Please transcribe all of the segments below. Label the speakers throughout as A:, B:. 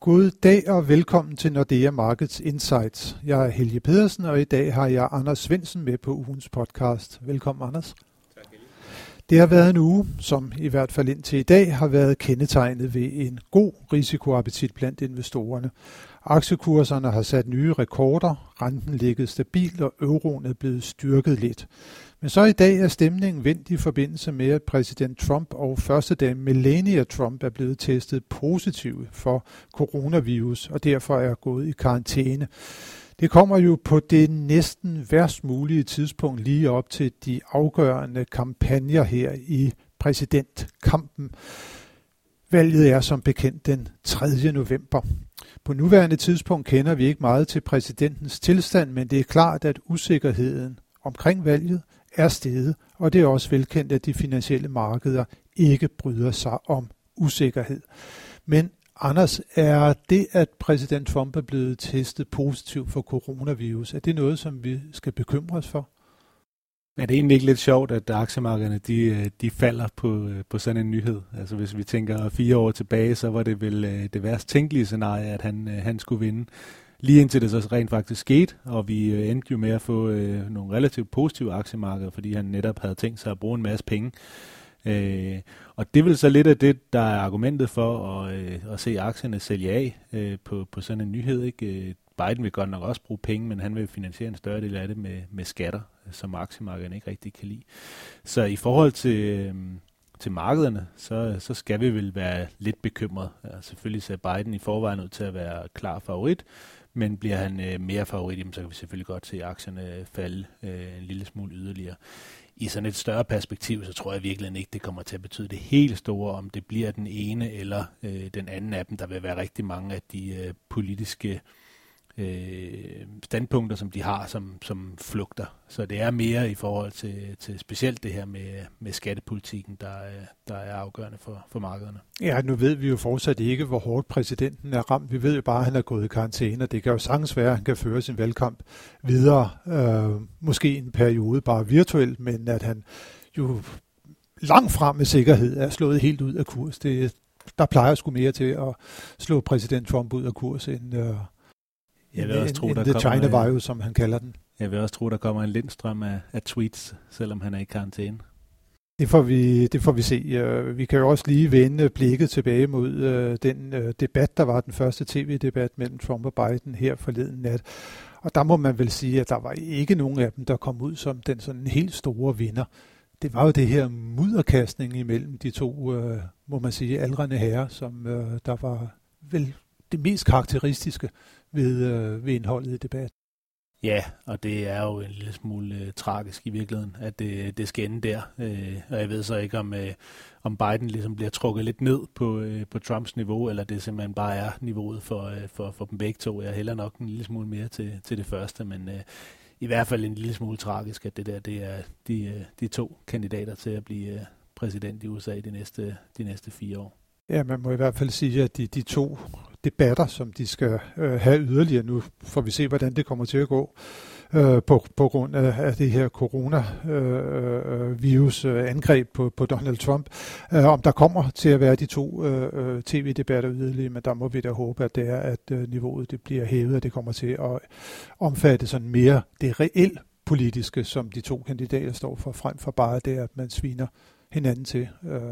A: God dag og velkommen til Nordea Markets Insights. Jeg er Helge Pedersen, og i dag har jeg Anders Svendsen med på ugens podcast. Velkommen, Anders.
B: Tak, Helge.
A: Det har været en uge, som i hvert fald indtil i dag har været kendetegnet ved en god risikoappetit blandt investorerne. Aktiekurserne har sat nye rekorder, renten ligget stabilt og euroen er blevet styrket lidt. Men så i dag er stemningen vendt i forbindelse med, at præsident Trump og førstedame Melania Trump er blevet testet positive for coronavirus og derfor er gået i karantæne. Det kommer jo på det næsten værst mulige tidspunkt lige op til de afgørende kampagner her i præsidentkampen. Valget er som bekendt den 3. november. På nuværende tidspunkt kender vi ikke meget til præsidentens tilstand, men det er klart, at usikkerheden omkring valget er steget, og det er også velkendt, at de finansielle markeder ikke bryder sig om usikkerhed. Men Anders, er det, at præsident Trump er blevet testet positivt for coronavirus, er det noget, som vi skal bekymre os for?
B: Ja, det er egentlig ikke lidt sjovt, at aktiemarkederne de falder på sådan en nyhed. Altså hvis vi tænker 4 år tilbage, så var det vel det værst tænkelige scenarie, at han skulle vinde. Lige indtil det så rent faktisk skete, og vi endte jo med at få nogle relativt positive aktiemarkeder, fordi han netop havde tænkt sig at bruge en masse penge. Og det er vel så lidt af det, der er argumentet for at se aktierne sælge af på sådan en nyhed, ikke? Biden vil godt nok også bruge penge, men han vil finansiere en større del af det med skatter, som aktiemarkederne ikke rigtig kan lide. Så i forhold til markederne, så skal vi vel være lidt bekymret. Altså, selvfølgelig ser Biden i forvejen ud til at være klar favorit, men bliver han mere favorit, så kan vi selvfølgelig godt se aktierne falde en lille smule yderligere. I sådan et større perspektiv, så tror jeg virkelig ikke, det kommer til at betyde det helt store, om det bliver den ene eller den anden af dem. Der vil være rigtig mange af de politiske standpunkter, som de har, som flugter. Så det er mere i forhold til specielt det her med skattepolitikken, der er afgørende for markederne.
A: Ja, nu ved vi jo fortsat ikke, hvor hårdt præsidenten er ramt. Vi ved jo bare, at han er gået i karantæne, og det kan jo sagtens være, at han kan føre sin valgkamp videre. Måske en periode bare virtuelt, men at han jo langt frem med sikkerhed er slået helt ud af kurs. Der plejer sgu mere til at slå præsident Trump ud af kurs end
B: jeg vil også tro,
A: the China virus, som han kalder den.
B: Jeg vil også tro, der kommer en lindstrøm af tweets, selvom han er i karantæne.
A: Det får vi se. Vi kan jo også lige vende blikket tilbage mod den debat, der var den første tv-debat mellem Trump og Biden her forleden nat. Og der må man vel sige, at der var ikke nogen af dem, der kom ud som den sådan helt store vinder. Det var jo det her mudderkastning imellem de to, må man sige, aldrende herrer, som der var vel det mest karakteristiske ved indholdet i debatten.
B: Ja, og det er jo en lille smule tragisk i virkeligheden, at det skal ende der. Og jeg ved så ikke, om Biden ligesom bliver trukket lidt ned på Trumps niveau, eller det simpelthen bare er niveauet for dem begge to. Jeg hælder nok en lille smule mere til det første, men i hvert fald en lille smule tragisk, at det er de to kandidater til at blive præsident i USA de næste 4 år. Ja,
A: man må i hvert fald sige, at de to debatter, som de skal have yderligere nu, får vi se, hvordan det kommer til at gå på grund af det her coronavirus angreb på Donald Trump. Om der kommer til at være de to tv-debatter yderligere, men der må vi da håbe, at det er, at niveauet det bliver hævet, og det kommer til at omfatte sådan mere det reelt politiske, som de to kandidater står for, frem for bare det, at man sviner hinanden til.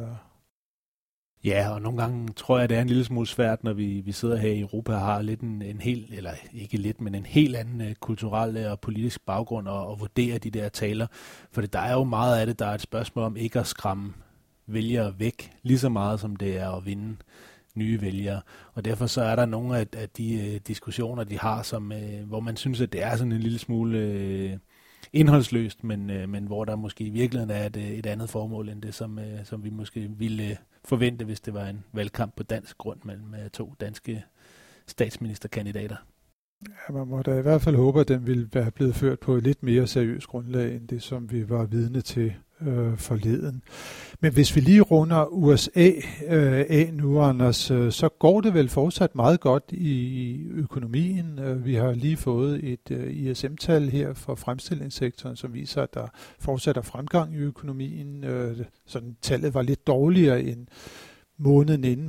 B: Ja, og nogle gange tror jeg, det er en lille smule svært, når vi sidder her i Europa og har lidt en helt, eller ikke lidt, men en helt anden kulturel og politisk baggrund og vurdere de der taler. For der er jo meget af det, der er et spørgsmål om ikke at skræmme vælgere væk, lige så meget som det er at vinde nye vælgere. Og derfor så er der nogle af de diskussioner, de har, hvor man synes, at det er sådan en lille smule indholdsløst, men hvor der måske i virkeligheden er et andet formål end det, som vi måske ville forvente, hvis det var en valgkamp på dansk grund mellem 2 danske statsministerkandidater.
A: Ja, man må da i hvert fald håbe, at den ville være blevet ført på et lidt mere seriøst grundlag, end det, som vi var vidne til forleden. Men hvis vi lige runder USA af nu, Anders, så går det vel fortsat meget godt i økonomien. Vi har lige fået et ISM-tal her for fremstillingssektoren, som viser, at der fortsat er fremgang i økonomien. Sådan tallet var lidt dårligere end måneden inden, men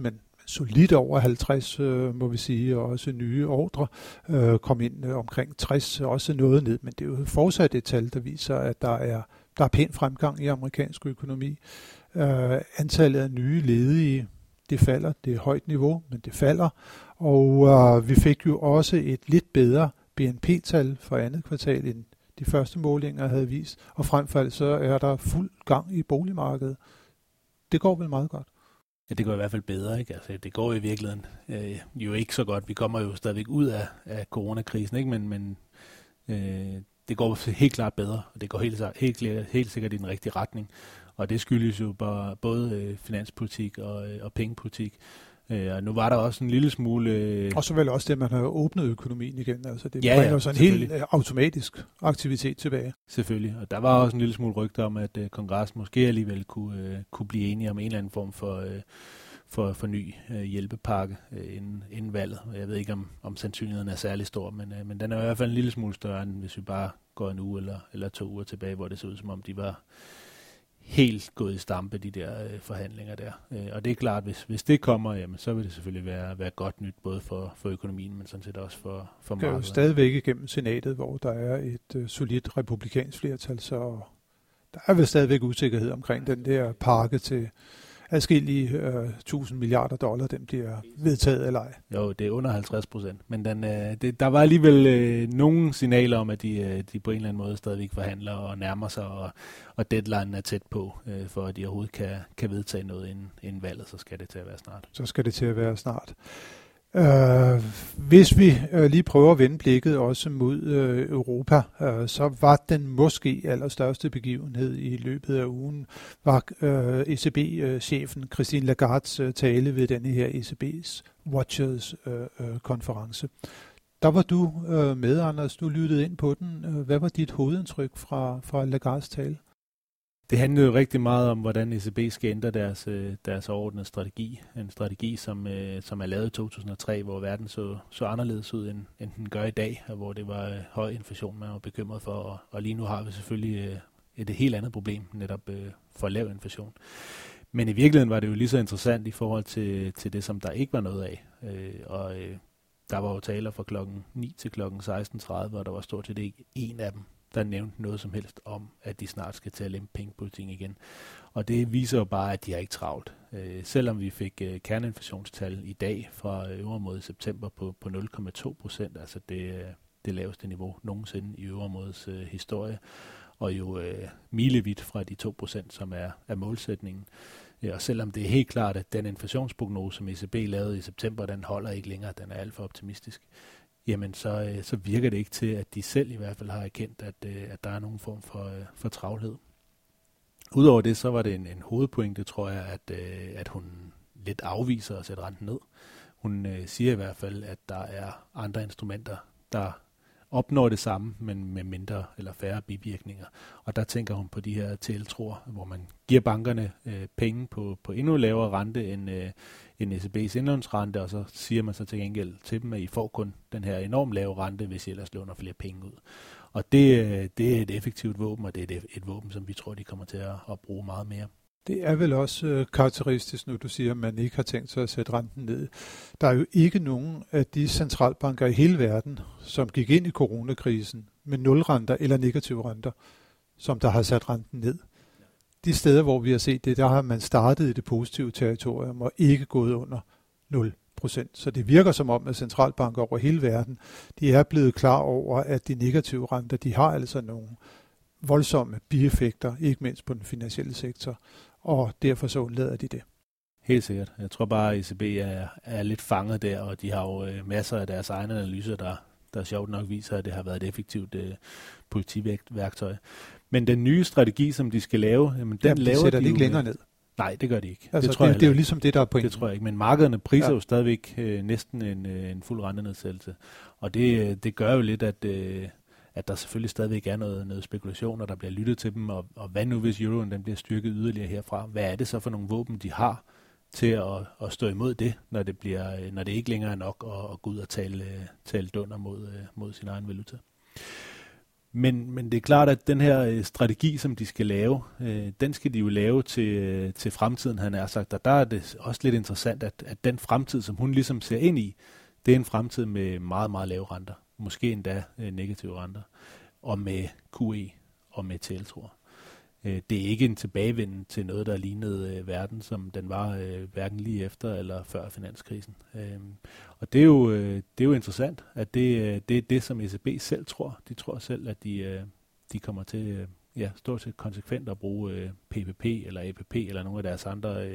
A: solidt over 50, må vi sige, og også nye ordre kom ind omkring 60, også noget ned, men det er jo fortsat et tal, der viser, at der er pæn fremgang i amerikansk økonomi. Antallet af nye ledige, det falder, det er højt niveau, men det falder, og vi fik jo også et lidt bedre BNP-tal for andet kvartal, end de første målinger havde vist, og frem for alt så er der fuld gang i boligmarkedet. Det går vel meget godt.
B: Ja, det går i hvert fald bedre, ikke? Altså, det går i virkeligheden jo ikke så godt. Vi kommer jo stadigvæk ud af coronakrisen, ikke? Men det går helt klart bedre, og det går helt sikkert i den rigtige retning. Og det skyldes jo både finanspolitik og pengepolitik. Og nu var der også en lille smule...
A: Og så vel også det, man har åbnet økonomien igen. Altså det bringer jo sådan en helt automatisk aktivitet tilbage.
B: Selvfølgelig. Og der var også en lille smule rygter om, at kongressen måske alligevel kunne blive enige om en eller anden form for ny hjælpepakke inden valget. Jeg ved ikke, om sandsynligheden er særlig stor, men den er i hvert fald en lille smule større, end hvis vi bare går en uge eller 2 uger tilbage, hvor det så ud, som om de var helt gået i stampe, de der forhandlinger der. Og det er klart, hvis det kommer, jamen, så vil det selvfølgelig være godt nyt, både for økonomien, men sådan set også for markedet.
A: Det er jo stadigvæk igennem senatet, hvor der er et solidt republikansk flertal, så der er vel stadigvæk usikkerhed omkring den der pakke til adskillige 1000 milliarder dollar, den bliver vedtaget eller ej.
B: Jo, det er under 50%, men der var alligevel nogle signaler om, at de på en eller anden måde stadigvæk forhandler og nærmer sig, og deadline er tæt på, for at de overhovedet kan vedtage noget inden valget, så skal det til at være snart.
A: Hvis vi lige prøver at vende blikket også mod Europa, så var den måske allerstørste begivenhed i løbet af ugen, var ECB-chefen Christine Lagardes tale ved denne her ECB's Watchers-konference. Der var du med, Anders, du lyttede ind på den. Hvad var dit hovedindtryk fra Lagardes tale?
B: Det handlede jo rigtig meget om, hvordan ECB skal ændre deres overordnede strategi. En strategi, som er lavet i 2003, hvor verden så anderledes ud, end den gør i dag, og hvor det var høj inflation, man var bekymret for. Og lige nu har vi selvfølgelig et helt andet problem, netop for lav inflation. Men i virkeligheden var det jo lige så interessant i forhold til det, som der ikke var noget af. Der var jo taler fra klokken 9 til klokken 16.30, og der var stort set ikke en af dem, der nævnte noget som helst om, at de snart skal til at lempe pengepolitikken igen. Og det viser jo bare, at de har ikke travlt. Selvom vi fik kerneinflationstal i dag fra øvre mod september på 0,2%, altså det laveste niveau nogensinde i øvre mods historie, og jo milevidt fra de 2%, som er målsætningen. Og selvom det er helt klart, at den inflationsprognose, som ECB lavede i september, den holder ikke længere, den er alt for optimistisk, jamen så virker det ikke til, at de selv i hvert fald har erkendt, at der er nogen form for travlhed. Udover det, så var det en hovedpointe, tror jeg, at hun lidt afviser at sætte renten ned. Hun siger i hvert fald, at der er andre instrumenter, der opnår det samme, men med mindre eller færre bivirkninger. Og der tænker hun på de her tiltroer, hvor man giver bankerne penge på endnu lavere rente end ECB's indlånsrente, og så siger man så til gengæld til dem, at I får kun den her enormt lave rente, hvis I ellers låner flere penge ud. Og det er et effektivt våben, og det er et våben, som vi tror, de kommer til at bruge meget mere.
A: Det er vel også karakteristisk, nu du siger, at man ikke har tænkt sig at sætte renten ned. Der er jo ikke nogen af de centralbanker i hele verden, som gik ind i coronakrisen med nulrenter eller negative renter, som der har sat renten ned. De steder, hvor vi har set det, der har man startet i det positive territorium og ikke gået under 0%. Så det virker som om, at centralbanker over hele verden, de er blevet klar over, at de negative renter, de har altså nogle voldsomme bieffekter, ikke mindst på den finansielle sektor, og derfor så undlader de det.
B: Helt sikkert. Jeg tror bare, at ECB er lidt fanget der, og de har jo masser af deres egne analyser, der sjovt nok viser, at det har været et effektivt politiværktøj. Men den nye strategi, som de skal lave, jamen, den laver de
A: sætter de ikke længere ned.
B: Nej, det gør de ikke.
A: Altså, det er jo ligesom det, der er pointen.
B: Det tror jeg ikke, men markederne priser jo stadigvæk næsten en fuld rentenedsættelse. Og det gør jo lidt, at der selvfølgelig stadigvæk er noget spekulation, og der bliver lyttet til dem, og hvad nu hvis euroen den bliver styrket yderligere herfra? Hvad er det så for nogle våben, de har til at stå imod det, når det ikke længere er nok at gå ud og tale dunder mod sin egen valuta? Men det er klart, at den her strategi, som de skal lave, den skal de jo lave til fremtiden, han har sagt. Og der er det også lidt interessant, at den fremtid, som hun ligesom ser ind i, det er en fremtid med meget, meget lave renter. Måske endda negative renter. Og med QE og med tiltroer. Det er ikke en tilbagevenden til noget, der lignede verden, som den var hverken lige efter eller før finanskrisen. Og det er jo interessant, at det er det, som ECB selv tror. De tror selv, at de kommer til stort set konsekvent at bruge PPP eller APP eller nogle af deres andre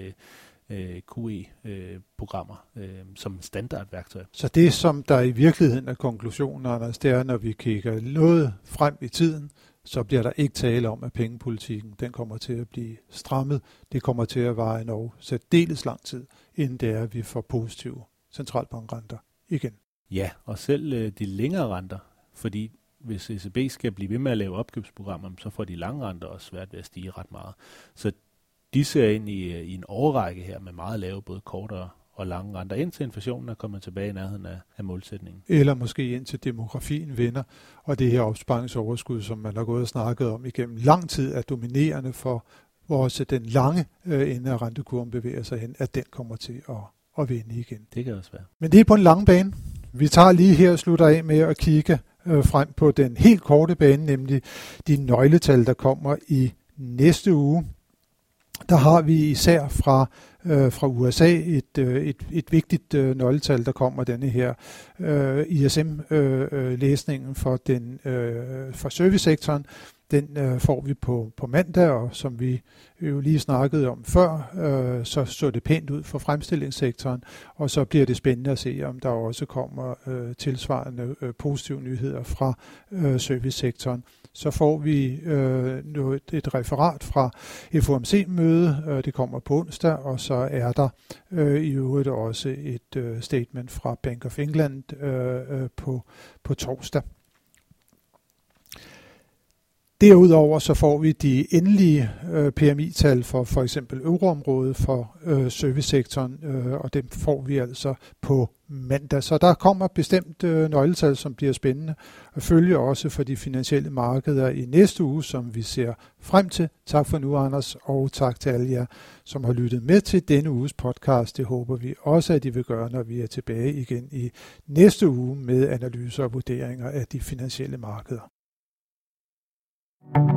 B: QE-programmer som standardværktøj.
A: Så det, som der i virkeligheden er konklusionen, Anders, det er, når vi kigger noget frem i tiden, så bliver der ikke tale om, at pengepolitikken den kommer til at blive strammet. Det kommer til at vare endnu særdeles lang tid, inden det er, at vi får positive centralbankrenter igen.
B: Ja, og selv de længere renter, fordi hvis ECB skal blive ved med at lave opkøbsprogrammer, så får de lange renter også svært ved at stige ret meget. Så de ser ind i en årrække her med meget lave både kortere og lange renter, indtil inflationen er kommet tilbage i nærheden af målsætningen.
A: Eller måske indtil demografien vender, og det her opsparingsoverskud, som man har gået og snakket om igennem lang tid, er dominerende for, hvor også den lange ende af rentekurven bevæger sig hen, at den kommer til at vende igen.
B: Det kan også være.
A: Men det er på en lang bane. Vi tager lige her og slutter af med at kigge frem på den helt korte bane, nemlig de nøgletal, der kommer i næste uge. Der har vi især fra USA et vigtigt nøgletal, der kommer denne her ISM-læsningen for servicesektoren. Den får vi på mandag, og som vi jo lige snakkede om før, så det pænt ud for fremstillingssektoren, og så bliver det spændende at se, om der også kommer tilsvarende positive nyheder fra servicesektoren. Så får vi et referat fra FOMC-møde, det kommer på onsdag, og så er der i øvrigt også et statement fra Bank of England på torsdag. Derudover så får vi de endelige PMI-tal for eksempel euroområdet for servicesektoren, og dem får vi altså på mandag. Så der kommer bestemt nøgletal, som bliver spændende at følge også for de finansielle markeder i næste uge, som vi ser frem til. Tak for nu, Anders, og tak til alle jer, som har lyttet med til denne uges podcast. Det håber vi også, at I vil gøre, når vi er tilbage igen i næste uge med analyser og vurderinger af de finansielle markeder.